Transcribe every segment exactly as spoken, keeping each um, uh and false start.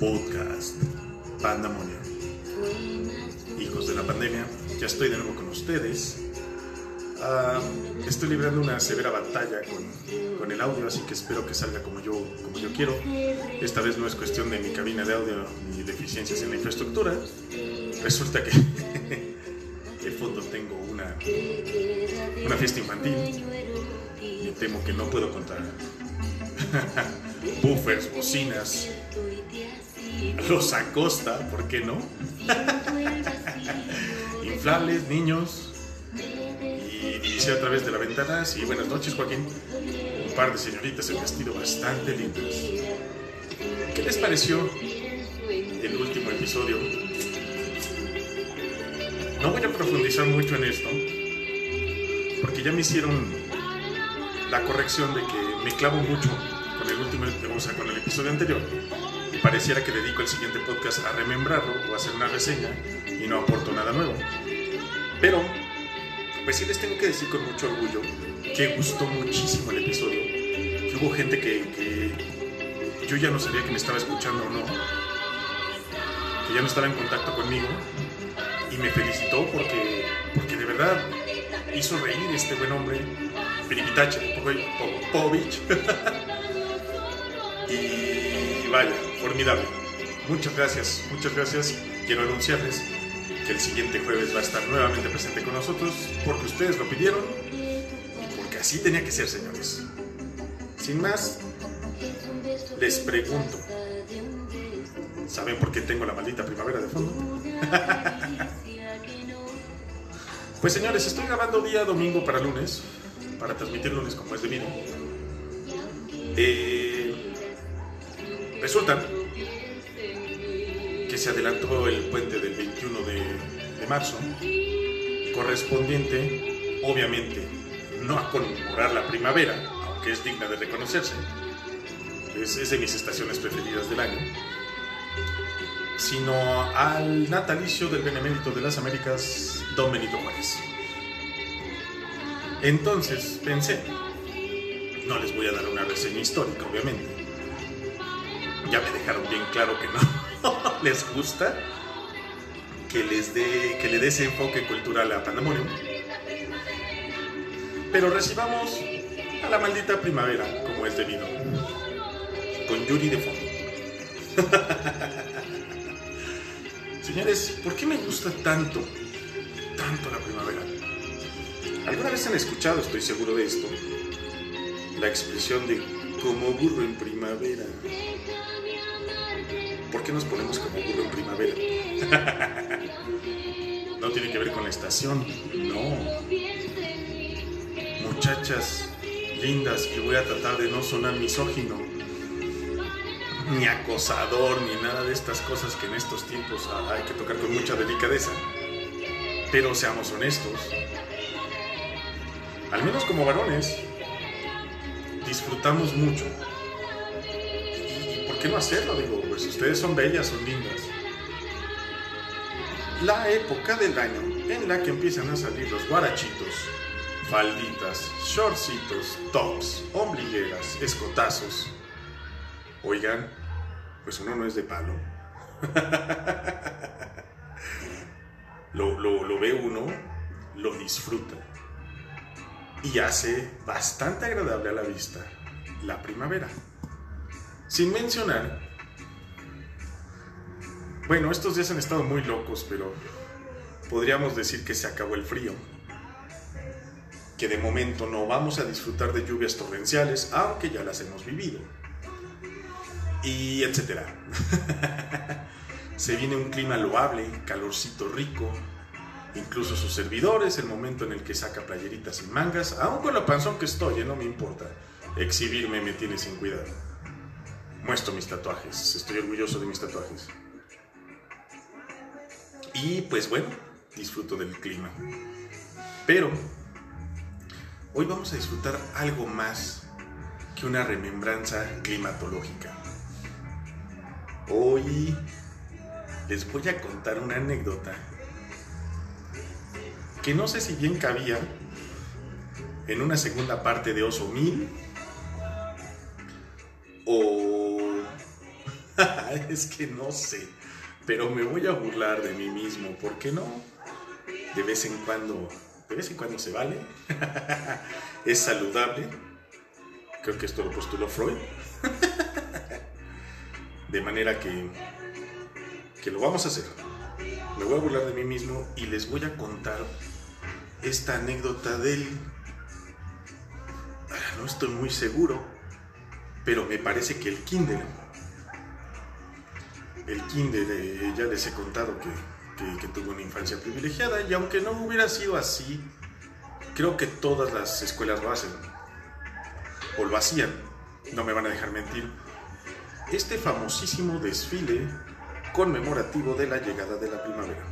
podcast Pandamonio. Hijos de la pandemia, ya estoy de nuevo con ustedes. Uh, estoy librando una severa batalla con, con el audio, así que espero que salga como yo, como yo quiero. Esta vez no es cuestión de mi cabina de audio ni deficiencias en la infraestructura. Resulta que de fondo tengo una, una fiesta infantil. Me temo que no puedo contar buffers, bocinas, los Acosta, ¿por qué no? Inflables, niños. Y divisé a través de la ventana, sí, buenas noches, Joaquín, un par de señoritas en vestido bastante lindas. ¿Qué les pareció el último episodio? No voy a profundizar mucho en esto, porque ya me hicieron la corrección de que me clavo mucho con el último, o sea, con el episodio anterior, y pareciera que dedico el siguiente podcast a remembrarlo o a hacer una reseña y no aporto nada nuevo. Pero pues sí les tengo que decir con mucho orgullo que gustó muchísimo el episodio, que hubo gente que, que yo ya no sabía que me estaba escuchando o no, que ya no estaba en contacto conmigo, y me felicitó porque, porque de verdad hizo reír este buen hombre, Piripitache Popovich. Y vaya, formidable. Muchas gracias, muchas gracias. Quiero anunciarles que el siguiente jueves va a estar nuevamente presente con nosotros, porque ustedes lo pidieron y porque así tenía que ser, señores. Sin más, les pregunto, ¿saben por qué tengo la maldita primavera de fondo? Pues señores, estoy grabando día domingo para lunes, para transmitir lunes como es debido. Eh, resulta que se adelantó el puente del veintiuno de, de marzo, correspondiente, obviamente, no a conmemorar la primavera, aunque es digna de reconocerse, es, es de mis estaciones preferidas del año, sino al natalicio del benemérito de las Américas, Don Benito Juárez. Entonces pensé, no les voy a dar una reseña histórica, obviamente. Ya me dejaron bien claro que no les gusta que les dé que le dé ese enfoque cultural a Pandamonio. Pero recibamos a la maldita primavera como es debido, con Yuri de fondo. Señores, ¿por qué me gusta tanto, tanto la primavera? ¿Alguna vez han escuchado, estoy seguro de esto, la expresión de como burro en primavera? ¿Por qué nos ponemos como burro en primavera? No tiene que ver con la estación, no. Muchachas lindas, y voy a tratar de no sonar misógino, ni acosador, ni nada de estas cosas que en estos tiempos hay que tocar con mucha delicadeza. Pero seamos honestos, al menos como varones, disfrutamos mucho. ¿Y por qué no hacerlo? Digo, pues ustedes son bellas, son lindas. La época del año en la que empiezan a salir los guarachitos, falditas, shortcitos, tops, ombligueras, escotazos. Oigan, pues uno no es de palo. lo, lo, lo ve uno, lo disfruta. Y hace bastante agradable a la vista la primavera. Sin mencionar, bueno, estos días han estado muy locos, pero podríamos decir que se acabó el frío. Que de momento no vamos a disfrutar de lluvias torrenciales, aunque ya las hemos vivido. Y etcétera. Se viene un clima loable, calorcito rico. Incluso sus servidores, el momento en el que saca playeritas sin mangas, aun con lo panzón que estoy, ¿eh? No me importa. Exhibirme me tiene sin cuidado. Muestro mis tatuajes, estoy orgulloso de mis tatuajes. Y pues bueno, disfruto del clima. Pero hoy vamos a disfrutar algo más que una remembranza climatológica. Hoy les voy a contar una anécdota que no sé si bien cabía en una segunda parte de Oso Mil o Es que no sé, pero me voy a burlar de mí mismo, ¿por qué no? De vez en cuando, de vez en cuando se vale. Es saludable. Creo que esto lo postuló Freud. De manera que, que lo vamos a hacer. Me voy a burlar de mí mismo y les voy a contar esta anécdota del... No estoy muy seguro, pero me parece que el kinder, el kinder, eh, ya les he contado que, que, que tuve una infancia privilegiada, y aunque no hubiera sido así, creo que todas las escuelas lo hacen, o lo hacían, no me van a dejar mentir. Este famosísimo desfile conmemorativo de la llegada de la primavera,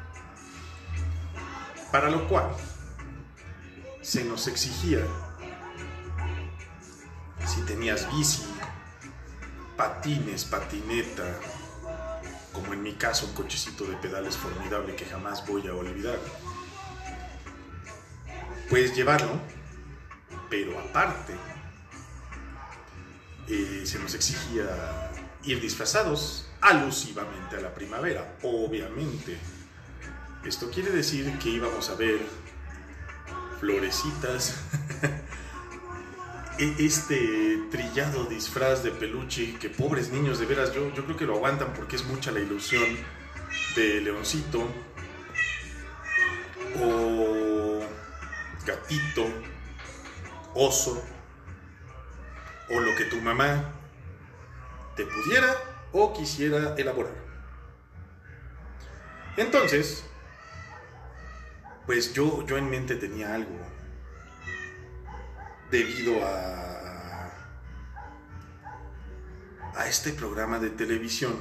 para lo cual se nos exigía, si tenías bici, patines, patineta, como en mi caso un cochecito de pedales formidable que jamás voy a olvidar, puedes llevarlo, pero aparte eh, se nos exigía ir disfrazados alusivamente a la primavera, obviamente. Esto quiere decir que íbamos a ver florecitas, este trillado disfraz de peluche, que pobres niños, de veras, yo, yo creo que lo aguantan porque es mucha la ilusión de leoncito, o gatito, oso, o lo que tu mamá te pudiera o quisiera elaborar. Entonces, pues yo, yo en mente tenía algo, debido a, a este programa de televisión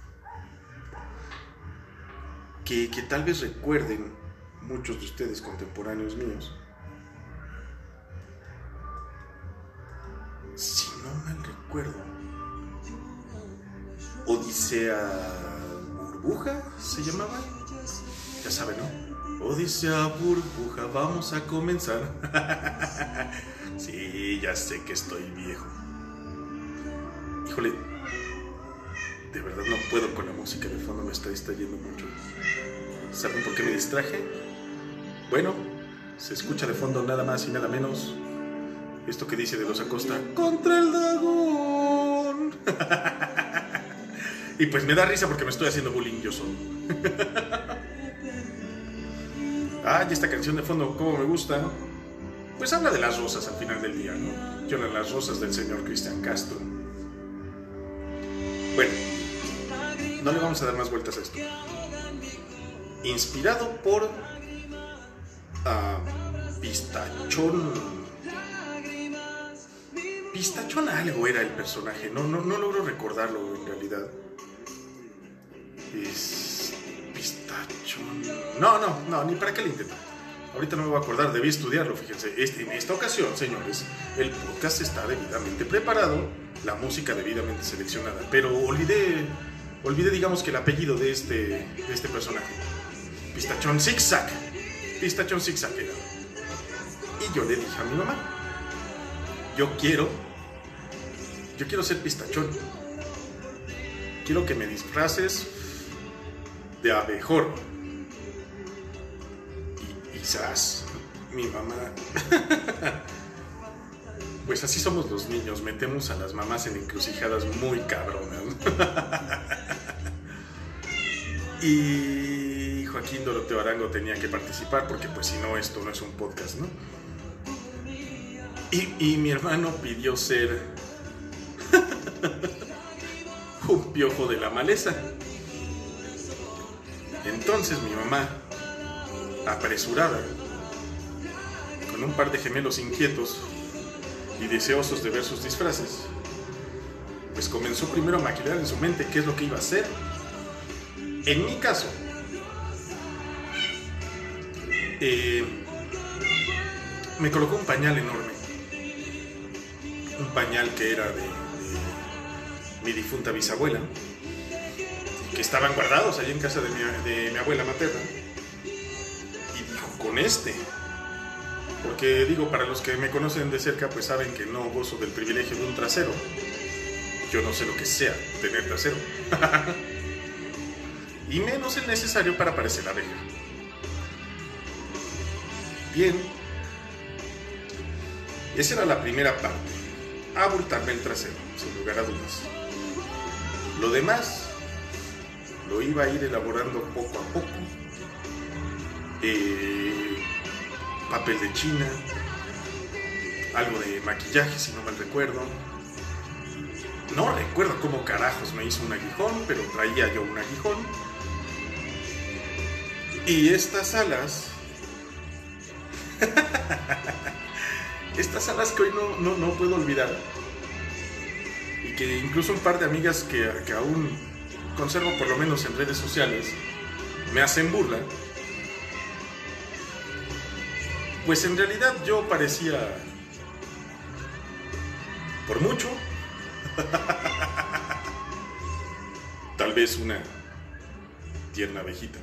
que, que tal vez recuerden muchos de ustedes contemporáneos míos. Si no mal recuerdo, Odisea Burbuja se llamaba, ya saben, ¿no? Odisea Burbuja, vamos a comenzar. Sí, ya sé que estoy viejo. Híjole, de verdad no puedo con la música de fondo, me está distrayendo mucho. ¿Saben por qué me distraje? Bueno, se escucha de fondo nada más y nada menos esto que dice de los Acosta: ¡contra el dragón! Y pues me da risa porque me estoy haciendo bullying yo solo. Ay, esta canción de fondo, cómo me gusta. Pues habla de las rosas al final del día, ¿no? Lloran las rosas del señor Cristian Castro. Bueno, no le vamos a dar más vueltas a esto. Inspirado por uh, Pistachón. Pistachón algo era el personaje, no, no, no logro recordarlo en realidad. Es Pistachón. No, no, no, ni para qué le intento. Ahorita no me voy a acordar, debí estudiarlo, fíjense. Este, en esta ocasión, señores, el podcast está debidamente preparado, la música debidamente seleccionada, pero olvidé, olvidé digamos que el apellido de este, de este personaje. Pistachón Zigzag. Pistachón Zigzag era. Y yo le dije a mi mamá: yo quiero, yo quiero ser Pistachón. Quiero que me disfraces de abejorro. Y quizás mi mamá... Pues así somos los niños, metemos a las mamás en encrucijadas muy cabronas. Y Joaquín Doroteo Arango tenía que participar porque pues si no, esto no es un podcast, ¿no? Y, y mi hermano pidió ser un piojo de la maleza. Entonces mi mamá, apresurada, con un par de gemelos inquietos y deseosos de ver sus disfraces, pues comenzó primero a maquinar en su mente qué es lo que iba a hacer. En mi caso, eh, me colocó un pañal enorme, un pañal que era de, de mi difunta bisabuela, que estaban guardados allí en casa de mi, de mi abuela materna, y dijo: con este, porque digo, para los que me conocen de cerca pues saben que no gozo del privilegio de un trasero, yo no sé lo que sea tener trasero. Y menos el necesario para parecer abeja. Bien, esa era la primera parte, abultarme el trasero, sin lugar a dudas. Lo demás lo iba a ir elaborando poco a poco. Eh, papel de China, algo de maquillaje, si no mal recuerdo. No recuerdo cómo carajos me hizo un aguijón, pero traía yo un aguijón. Y estas alas, estas alas que hoy no, no, no puedo olvidar, y que incluso un par de amigas que, que aún conservo por lo menos en redes sociales me hacen burla, pues en realidad yo parecía, por mucho, tal vez una tierna abejita.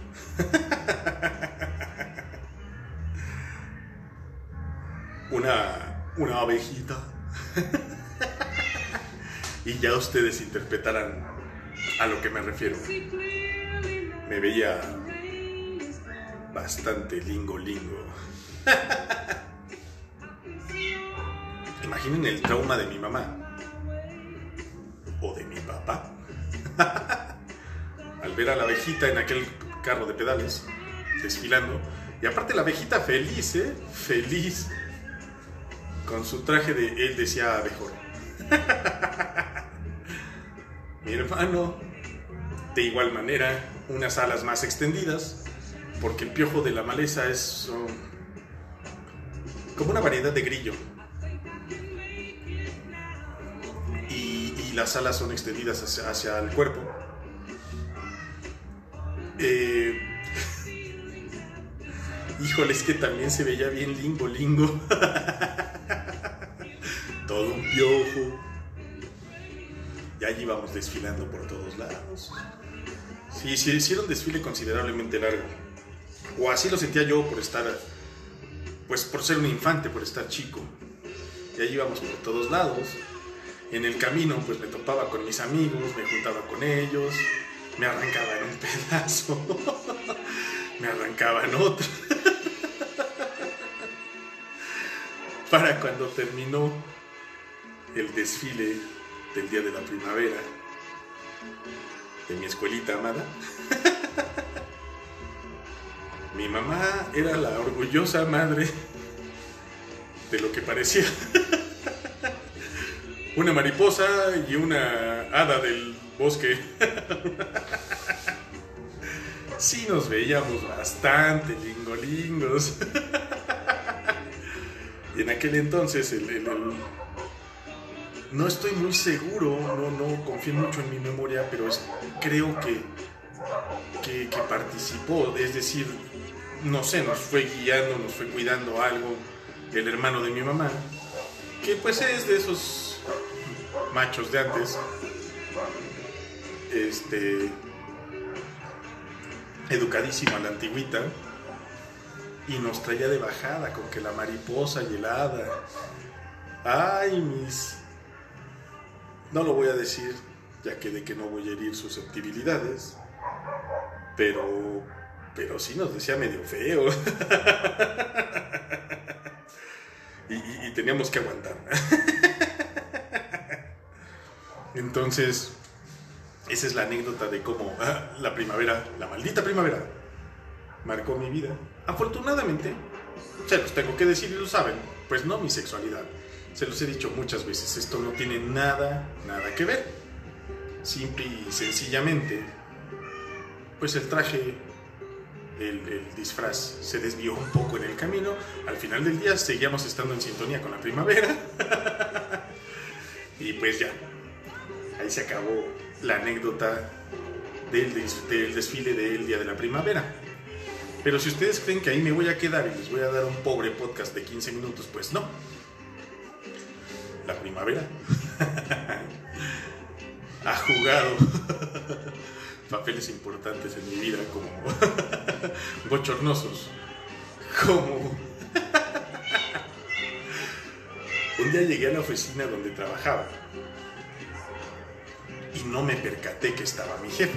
Una, una abejita. Y ya ustedes interpretarán a lo que me refiero. Me veía bastante lingo lingo. Imaginen el trauma de mi mamá o de mi papá al ver a la abejita en aquel carro de pedales desfilando, y aparte la abejita feliz, ¿eh? Feliz, con su traje de, él decía abejorro. Mi hermano, de igual manera, unas alas más extendidas, porque el piojo de la maleza es um, como una variedad de grillo, y, y las alas son extendidas hacia, hacia el cuerpo. Eh, híjole, es que también se veía bien lingo lingo. Todo un piojo. Ya íbamos desfilando por todos lados. Sí, sí, hicieron un desfile considerablemente largo. O así lo sentía yo por estar, pues por ser un infante, por estar chico. Ya íbamos por todos lados. En el camino pues me topaba con mis amigos, me juntaba con ellos, me arrancaban un pedazo, me arrancaban otro. Para cuando terminó el desfile del día de la primavera de mi escuelita amada, mi mamá era la orgullosa madre de lo que parecía una mariposa y una hada del bosque. Sí, nos veíamos bastante lingolingos. Y en aquel entonces el, el, el, no estoy muy seguro, no, no confío mucho en mi memoria, pero es, creo que, que, que participó, es decir, no sé, nos fue guiando, nos fue cuidando algo, el hermano de mi mamá, que pues es de esos machos de antes, este, educadísimo a la antigüita, y nos traía de bajada con que la mariposa y el hada. Ay, mis... No lo voy a decir, ya que de que no voy a herir susceptibilidades, pero, pero sí nos decía medio feo. y, y, y teníamos que aguantar. Entonces, esa es la anécdota de cómo ah, la primavera, la maldita primavera, marcó mi vida. Afortunadamente, se los tengo que decir y lo saben, pues no mi sexualidad. Se los he dicho muchas veces, esto no tiene nada, nada que ver. Simple y sencillamente, pues el traje, el, el disfraz se desvió un poco en el camino. Al final del día seguíamos estando en sintonía con la primavera. Y pues ya, ahí se acabó la anécdota del, des, del desfile del día de la primavera. Pero si ustedes creen que ahí me voy a quedar y les voy a dar un pobre podcast de quince minutos, pues no. La primavera ha jugado papeles importantes en mi vida, como bochornosos, como... Un día llegué a la oficina donde trabajaba y no me percaté que estaba mi jefa.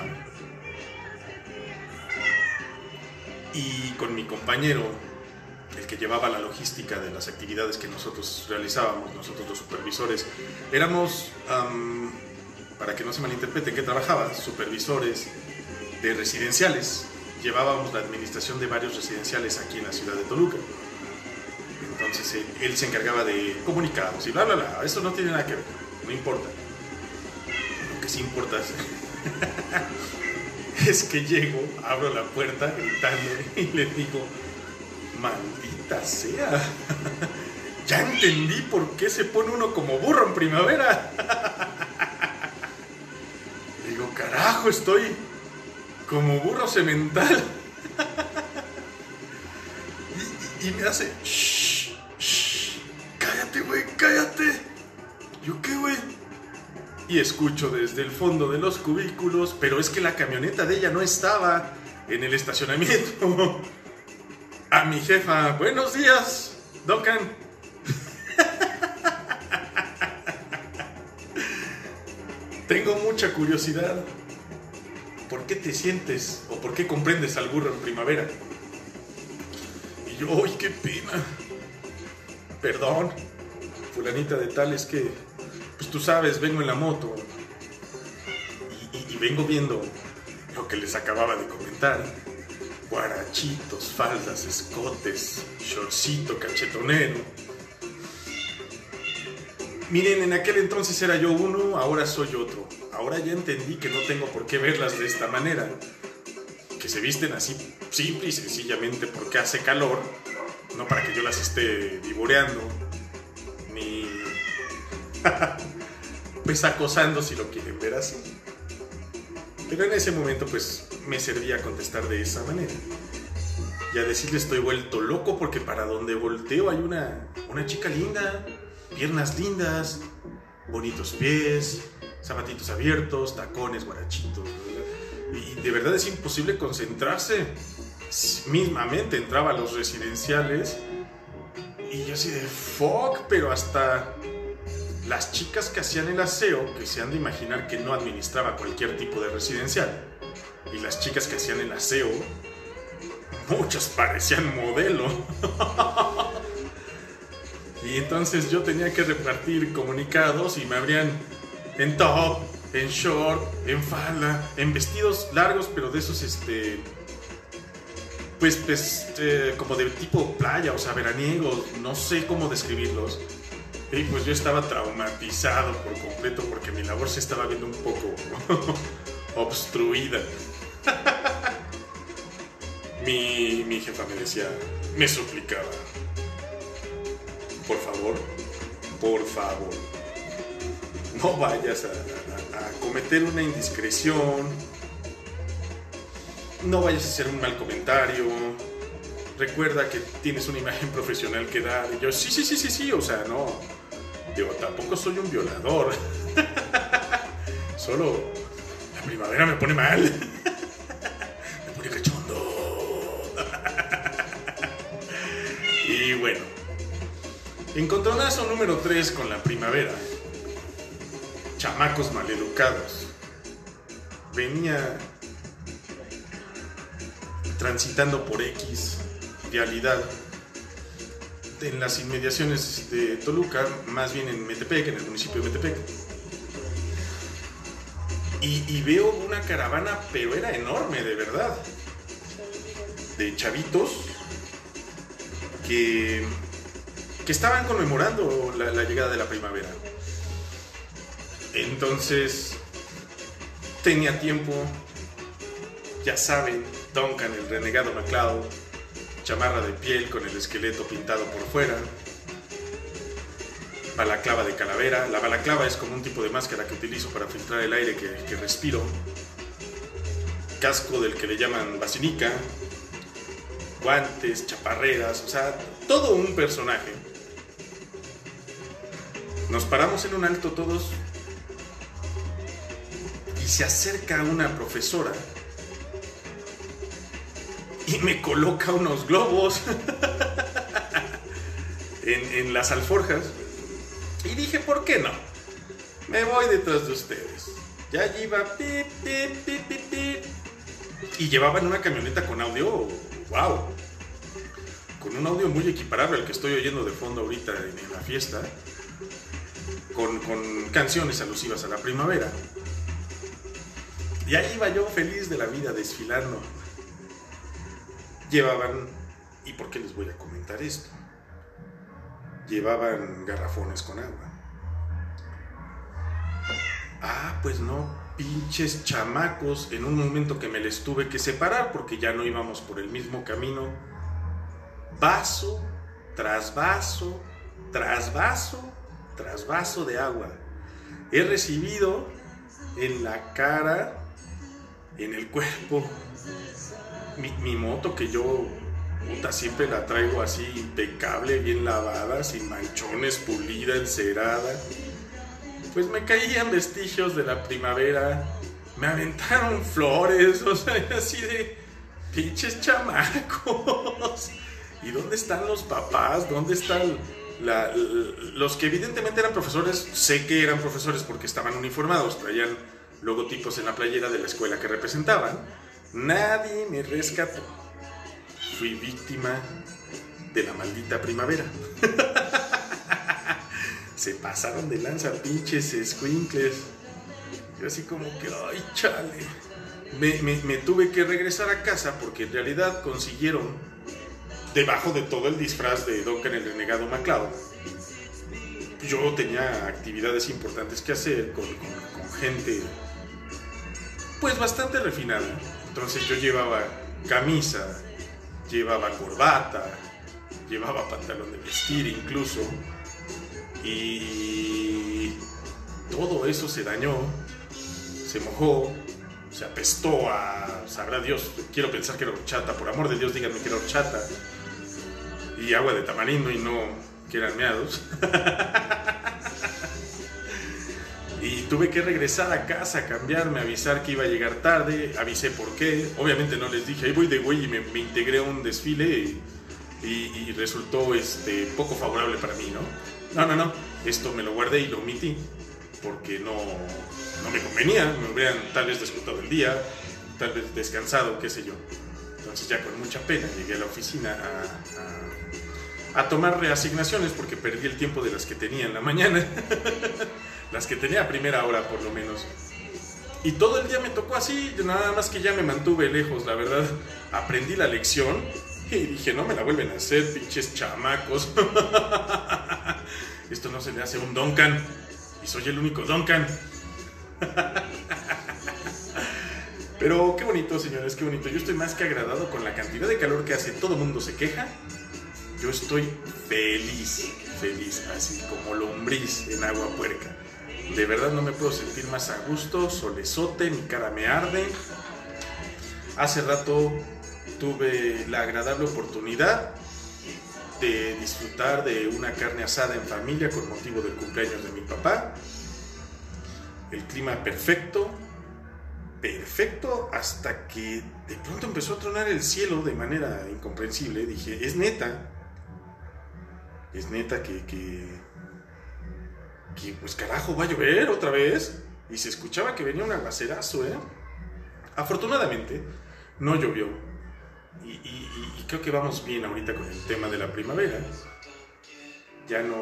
Y con mi compañero, el que llevaba la logística de las actividades que nosotros realizábamos, nosotros los supervisores, éramos, um, para que no se malinterprete, ¿qué trabajaba? Supervisores de residenciales. Llevábamos la administración de varios residenciales aquí en la ciudad de Toluca. Entonces él, él se encargaba de comunicados y bla, bla, bla. Eso no tiene nada que ver, no importa. Lo que sí importa es, es que llego, abro la puerta gritando y le digo, maldita sea, ya entendí por qué se pone uno como burro en primavera. Digo, carajo, estoy como burro semental. y, y, y me hace, shh, shh, cállate, güey, cállate. ¿Yo qué, güey? Y escucho desde el fondo de los cubículos, pero es que la camioneta de ella no estaba en el estacionamiento. A mi jefa, buenos días, Duncan. Tengo mucha curiosidad. ¿Por qué te sientes o por qué comprendes al burro en primavera? Y yo, ¡ay, qué pena! Perdón, fulanita de tal, es que, pues tú sabes, vengo en la moto y, y, y vengo viendo lo que les acababa de comentar. Guarachitos, faldas, escotes, shortcito, cachetonero. Miren, en aquel entonces era yo uno, ahora soy otro. Ahora ya entendí que no tengo por qué verlas de esta manera. Que se visten así simple y sencillamente porque hace calor. No para que yo las esté vivoreando. Ni pues acosando, si lo quieren ver así. Pero en ese momento pues me servía contestar de esa manera. Y a decirle, estoy vuelto loco porque para donde volteo hay una, una chica linda, piernas lindas, bonitos pies, zapatitos abiertos, tacones, guarachitos, ¿verdad? Y de verdad es imposible concentrarse. Mismamente entraba a los residenciales y yo así de fuck, pero hasta las chicas que hacían el aseo, que se han de imaginar que no administraba cualquier tipo de residencial, y las chicas que hacían el aseo, muchas parecían modelo. Y entonces yo tenía que repartir comunicados y me abrían en top, en short, en falda, en vestidos largos, pero de esos, este, pues, pues eh, como de tipo playa, o sea, veraniegos, no sé cómo describirlos. Y pues yo estaba traumatizado por completo porque mi labor se estaba viendo un poco obstruida. mi, mi jefa me decía, me suplicaba, por favor, por favor, no vayas a, a, a cometer una indiscreción, no vayas a hacer un mal comentario, recuerda que tienes una imagen profesional que dar. Y yo, sí, sí, sí, sí, sí, o sea, no, digo, tampoco soy un violador, solo la primavera me pone mal, me pone cachondo. Y bueno, encontronazo número tres con la primavera. Chamacos maleducados. Venía transitando por X vialidad en las inmediaciones de Toluca, más bien en Metepec, en el municipio de Metepec. Y, y veo una caravana, pero era enorme, de verdad, de chavitos que, que estaban conmemorando la, la llegada de la primavera. Entonces tenía tiempo, ya saben, Duncan, el renegado MacLeod, chamarra de piel con el esqueleto pintado por fuera, balaclava de calavera. La balaclava es como un tipo de máscara que utilizo para filtrar el aire que, que respiro, casco del que le llaman basinica, guantes, chaparreras, o sea, todo un personaje. Nos paramos en un alto todos y se acerca una profesora y me coloca unos globos en, en las alforjas. Y dije, ¿por qué no? Me voy detrás de ustedes. Ya allí iba, pip, pip, pip, pip, pip. Y llevaban una camioneta con audio, wow, con un audio muy equiparable al que estoy oyendo de fondo ahorita en, en la fiesta, con, con canciones alusivas a la primavera. Y ahí iba yo feliz de la vida desfilando. Llevaban, ¿y por qué les voy a comentar esto? Llevaban garrafones con agua. Ah, pues no, pinches chamacos, en un momento que me les tuve que separar porque ya no íbamos por el mismo camino. Vaso tras vaso, tras vaso, tras vaso de agua. He recibido en la cara, en el cuerpo, mi, mi moto que yo puta, siempre la traigo así impecable, bien lavada, sin manchones, pulida, encerada. Pues me caían vestigios de la primavera, me aventaron flores, o sea, así de pinches chamacos. ¿Y dónde están los papás? ¿Dónde están la, los que evidentemente eran profesores? Sé que eran profesores porque estaban uniformados, traían logotipos en la playera de la escuela que representaban. Nadie me rescató. Fui víctima de la maldita primavera. Se pasaron de lanza, pinches escuincles. Yo así como que, ay, chale. Me, me, me tuve que regresar a casa porque en realidad consiguieron, debajo de todo el disfraz de Duncan el renegado MacLeod, yo tenía actividades importantes que hacer con, con, con gente pues bastante refinada. Entonces yo llevaba camisa, llevaba corbata, llevaba pantalón de vestir incluso. Y todo eso se dañó, se mojó, se apestó a, sabrá Dios, quiero pensar que era horchata, por amor de Dios díganme que era horchata, y agua de tamarindo y no que eran meados. Y tuve que regresar a casa, cambiarme, avisar que iba a llegar tarde, avisé por qué, obviamente no les dije, ahí voy de güey y me, me integré a un desfile y, y, y resultó este, poco favorable para mí, ¿no? No, no, no, esto me lo guardé y lo omití porque no, no me convenía, me hubieran tal vez descontado el día, tal vez descansado, qué sé yo. Entonces ya con mucha pena llegué a la oficina a, a, a tomar reasignaciones porque perdí el tiempo de las que tenía en la mañana, las que tenía a primera hora por lo menos. Y todo el día me tocó así, nada más que ya me mantuve lejos, la verdad. Aprendí la lección y dije, no me la vuelven a hacer, pinches chamacos. Esto no se le hace a un Duncan. Y soy el único Duncan. Pero qué bonito, señores, qué bonito. Yo estoy más que agradado con la cantidad de calor que hace. Todo el mundo se queja. Yo estoy feliz, feliz, así como lombriz en agua puerca. De verdad no me puedo sentir más a gusto. Solezote, mi cara me arde. Hace rato tuve la agradable oportunidad de disfrutar de una carne asada en familia con motivo del cumpleaños de mi papá. El clima perfecto, perfecto, hasta que de pronto empezó a tronar el cielo de manera incomprensible. Dije, es neta, es neta que, que, que pues carajo, va a llover otra vez. Y se escuchaba que venía un aguacerazo, ¿eh? Afortunadamente, no llovió. Y, y, y creo que vamos bien ahorita con el tema de la primavera. Ya no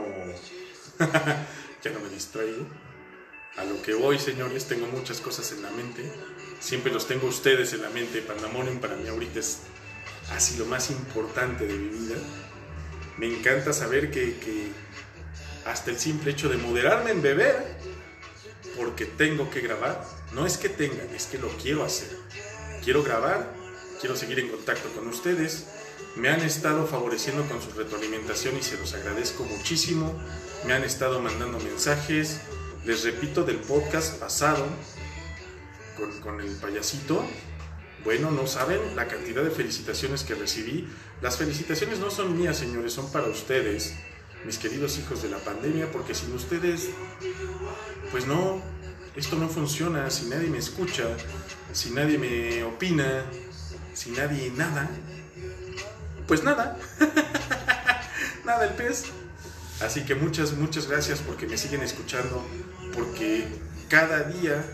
ya no me distraigo. A lo que voy, señores, tengo muchas cosas en la mente. Siempre los tengo ustedes en la mente. Pandemonium para mí ahorita es así lo más importante de mi vida. Me encanta saber que, que hasta el simple hecho de moderarme en beber, porque tengo que grabar, no es que tenga, es que lo quiero hacer. Quiero grabar, quiero seguir en contacto con ustedes. Me han estado favoreciendo con su retroalimentación y se los agradezco muchísimo. Me han estado mandando mensajes. Les repito del podcast pasado con, con el payasito. Bueno, no saben la cantidad de felicitaciones que recibí. Las felicitaciones no son mías, señores, son para ustedes, mis queridos hijos de la pandemia, porque sin ustedes, pues no, esto no funciona. Si nadie me escucha, si nadie me opina, si nadie nada, pues nada, nada el pez. Así que muchas, muchas gracias porque me siguen escuchando, porque cada día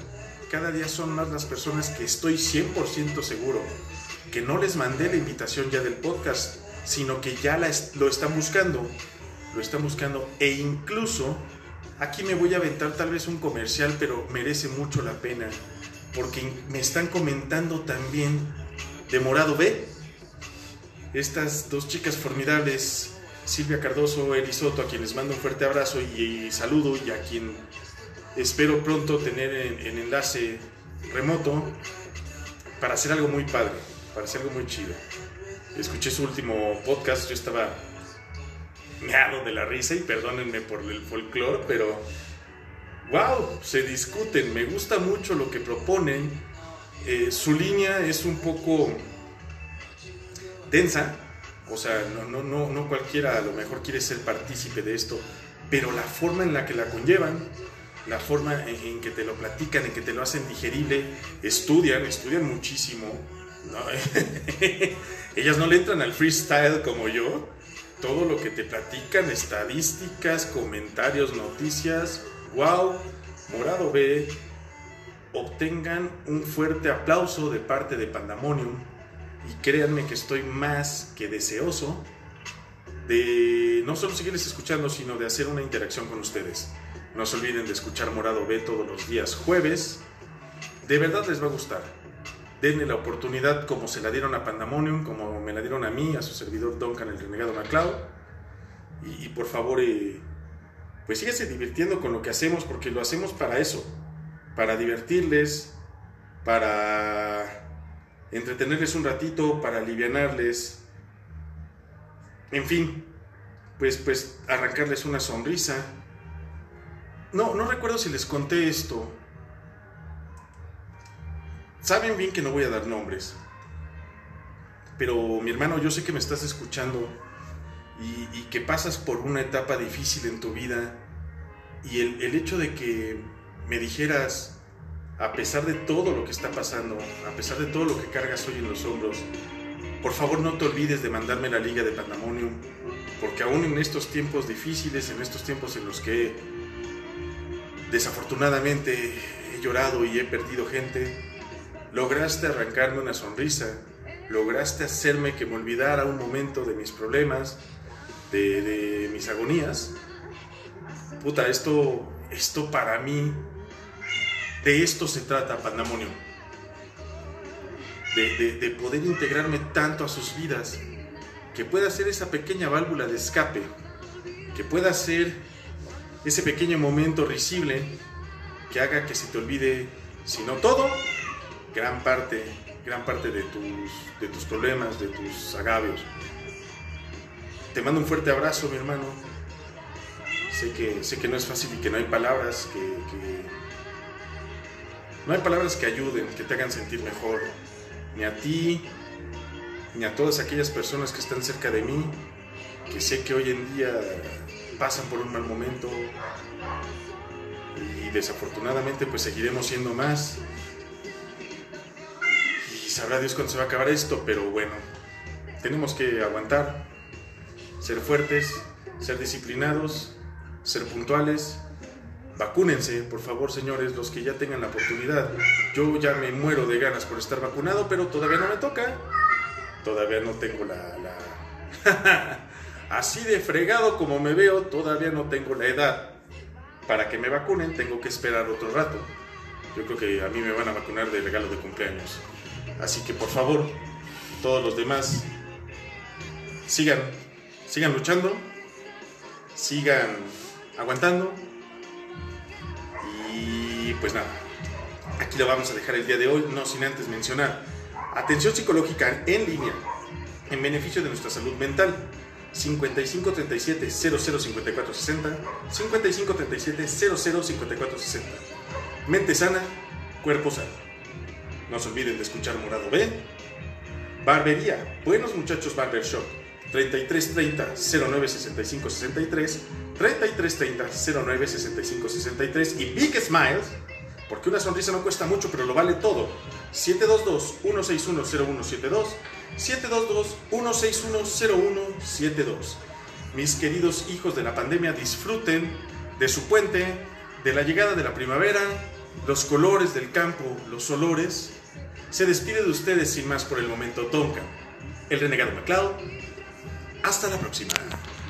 cada día son más las personas que estoy cien por ciento seguro que no les mandé la invitación ya del podcast, sino que ya la est- lo están buscando, lo están buscando, e incluso aquí me voy a aventar tal vez un comercial, pero merece mucho la pena, porque me están comentando también de Morado B, estas dos chicas formidables, Silvia Cardoso, Eli Soto, a quien les mando un fuerte abrazo y, y saludo, y a quien espero pronto tener en, en enlace remoto para hacer algo muy padre, para hacer algo muy chido. Escuché su último podcast, yo estaba meado de la risa, y perdónenme por el folclore, pero wow, se discuten, me gusta mucho lo que proponen. Eh, su línea es un poco densa, o sea, no, no, no, no cualquiera a lo mejor quiere ser partícipe de esto, pero la forma en la que la conllevan, la forma en, en que te lo platican, en que te lo hacen digerible, estudian, estudian muchísimo, ¿no? Ellas no le entran al freestyle como yo, todo lo que te platican, estadísticas, comentarios, noticias, wow, Morado B, obtengan un fuerte aplauso de parte de Pandemonium, y créanme que estoy más que deseoso de no solo seguirles escuchando, sino de hacer una interacción con ustedes. No se olviden de escuchar Morado B todos los días jueves, de verdad les va a gustar. Denle la oportunidad como se la dieron a Pandemonium, como me la dieron a mí, a su servidor Duncan el Renegado MacLeod, y, y por favor, eh, pues síganse divirtiendo con lo que hacemos, porque lo hacemos para eso, para divertirles, para entretenerles un ratito, para alivianarles, en fin, pues, pues arrancarles una sonrisa. No, no recuerdo si les conté esto. Saben bien que no voy a dar nombres, pero mi hermano, yo sé que me estás escuchando y, y que pasas por una etapa difícil en tu vida, y el, el hecho de que me dijeras, a pesar de todo lo que está pasando, a pesar de todo lo que cargas hoy en los hombros, por favor no te olvides de mandarme la liga de Pandemonium, porque aún en estos tiempos difíciles, en estos tiempos en los que desafortunadamente he llorado y he perdido gente, lograste arrancarme una sonrisa, lograste hacerme que me olvidara un momento de mis problemas, de, de mis agonías. Puta, esto, esto para mí, de esto se trata Pandemonium. De, de, de poder integrarme tanto a sus vidas, que pueda ser esa pequeña válvula de escape, que pueda ser ese pequeño momento risible que haga que se te olvide, si no todo, gran parte, gran parte de tus, de tus problemas, de tus agravios. Te mando un fuerte abrazo, mi hermano. Sé que, sé que no es fácil y que no hay palabras que, que no hay palabras que ayuden, que te hagan sentir mejor, ni a ti, ni a todas aquellas personas que están cerca de mí, que sé que hoy en día pasan por un mal momento, y desafortunadamente pues seguiremos siendo más, y sabrá Dios cuándo se va a acabar esto, pero bueno, tenemos que aguantar, ser fuertes, ser disciplinados, ser puntuales. Vacúnense, por favor, señores, los que ya tengan la oportunidad. Yo ya me muero de ganas por estar vacunado, pero todavía no me toca. Todavía no tengo la... la... Así de fregado como me veo, todavía no tengo la edad para que me vacunen. Tengo que esperar otro rato. Yo creo que a mí me van a vacunar de regalo de cumpleaños. Así que, por favor, todos los demás, sigan, sigan luchando, sigan aguantando. Y pues nada, aquí lo vamos a dejar el día de hoy, no sin antes mencionar atención psicológica en línea en beneficio de nuestra salud mental. Cincuenta y cinco treinta y siete cero cero cincuenta y cuatro sesenta, cincuenta y cinco treinta y siete cero cero cincuenta y cuatro sesenta. Mente sana, cuerpo sano. No se olviden de escuchar Morado B. Barbería, Buenos Muchachos Barber Shop, treinta y tres treinta cero nueve sesenta y cinco sesenta y tres, treinta y tres treinta cero nueve sesenta y cinco sesenta y tres. Y Big Smiles, porque una sonrisa no cuesta mucho, pero lo vale todo. siete dos dos uno seis uno cero uno siete dos, siete dos dos uno seis uno cero uno siete dos. Mis queridos hijos de la pandemia, disfruten de su puente, de la llegada de la primavera, los colores del campo, los olores, se despide de ustedes sin más por el momento Tonka, el renegado MacLeod. Hasta la próxima.